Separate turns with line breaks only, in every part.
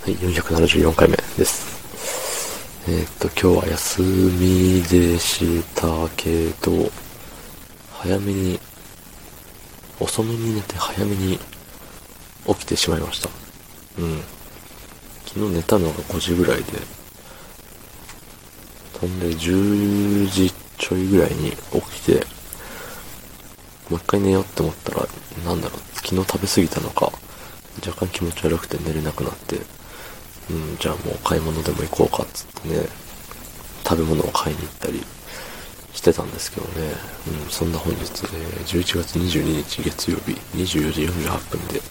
はい、474回目です。今日は休みでしたけど、遅めに寝て早めに起きてしまいました。昨日寝たのが5時ぐらいで、そんで10時ちょいぐらいに起きて、もう一回寝ようって思ったら、昨日食べ過ぎたのか、若干気持ち悪くて寝れなくなって、じゃあもう買い物でも行こうかっつってね、食べ物を買いに行ったりしてたんですけどね、そんな本日、11月22日月曜日24時48分で、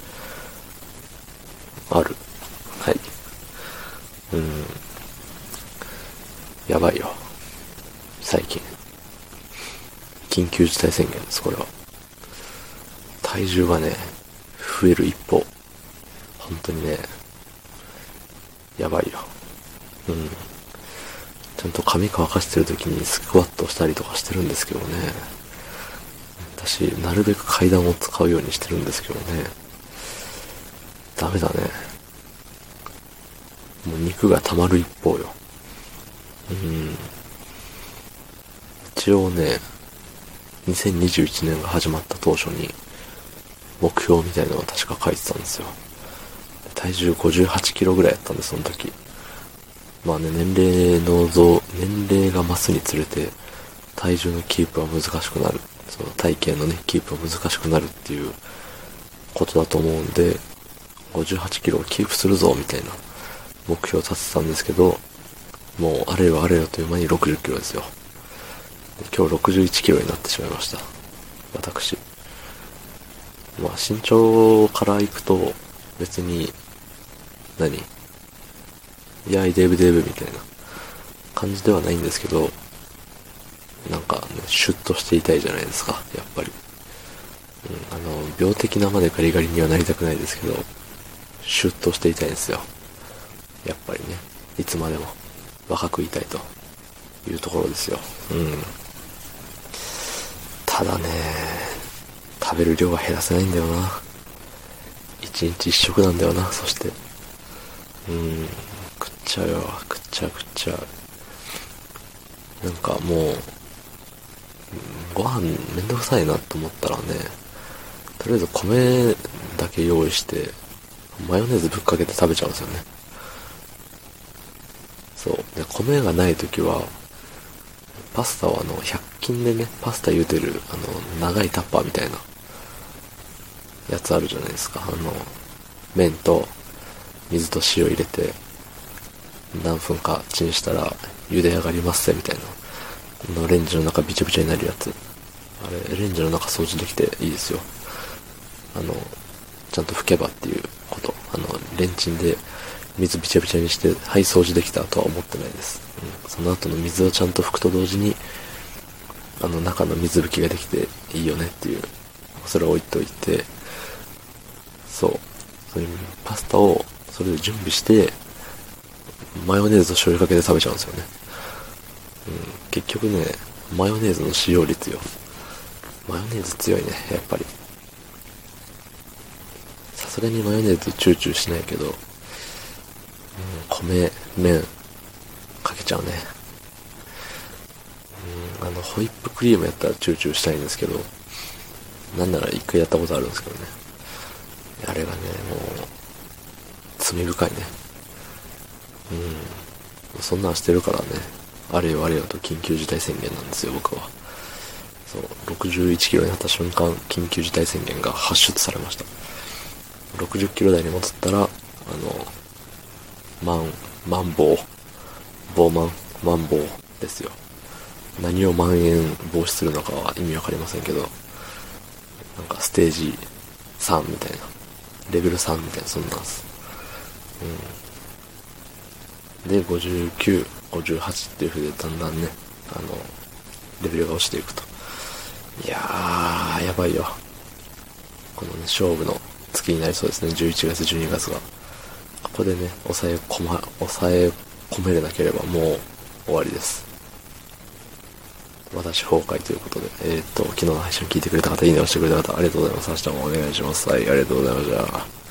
はい。やばいよ。最近。緊急事態宣言です、これは。体重がね、増える一方。本当にね、やばいよ。ちゃんと髪乾かしてる時にスクワットしたりとかしてるんですけどね。私、なるべく階段を使うようにしてるんですけどね。ダメだね。もう肉が溜まる一方よ。一応ね、2021年が始まった当初に、目標みたいなのを確か書いてたんですよ。体重58キロぐらいやったんで、その時。まあね、年齢が増すにつれて、体重のキープは難しくなる。その体型のね、キープは難しくなるっていうことだと思うんで、58キロをキープするぞ、みたいな目標を立てたんですけど、もうあれよあれよという間に60キロですよ。今日61キロになってしまいました。私。まあ身長からいくと、別に、いやいデブデブみたいな感じではないんですけど、シュッとしていたいじゃないですか、やっぱり。病的なまでガリガリにはなりたくないですけど、シュッとしていたいんですよ。やっぱりね、いつまでも若くいたいというところですよ。ただね、食べる量が減らせないんだよな。一日一食なんだよな、そして。食っちゃうよ、食っちゃう。もう、ご飯めんどくさいなと思ったらね、とりあえず米だけ用意して、マヨネーズぶっかけて食べちゃうんですよね。そう。で、米がないときは、パスタは100均でね、パスタ茹でる、長いタッパーみたいな、やつあるじゃないですか。麺と、水と塩入れて、何分かチンしたら、茹で上がりますぜ、みたいな。レンジの中びちゃびちゃになるやつ。あれ、レンジの中掃除できていいですよ。ちゃんと拭けばっていうこと。レンチンで水びちゃびちゃにして、はい、掃除できたとは思ってないです。その後の水をちゃんと拭くと同時に、中の水拭きができていいよねっていう、それを置いといて、そういうパスタをそれで準備して、マヨネーズと醤油かけて食べちゃうんですよね。結局ね、マヨネーズの使用率よ。マヨネーズ強いね、やっぱり。さすがにマヨネーズチューチューしないけど、米、麺、かけちゃうね。ホイップクリームやったらチューチューしたいんですけど、なんなら一回やったことあるんですけどね。あれがね、もう、罪深いね。そんなんしてるからね、あれよあれよと緊急事態宣言なんですよ、僕は。そう、61キロになった瞬間、緊急事態宣言が発出されました。60キロ台に戻ったら、マンボウですよ。何を蔓延防止するのかは意味わかりませんけど、ステージ3みたいな、レベル3みたいな、そんなんです。で、59、58っていう風でだんだんね、レベルが落ちていくと。いやー、やばいよ。このね、勝負の月になりそうですね、11月、12月が。ここでね、抑え込めれなければもう終わりです。私崩壊ということで、昨日の配信聞いてくれた方、いいねをしてくれた方、ありがとうございます。明日もお願いします。はい、ありがとうございました。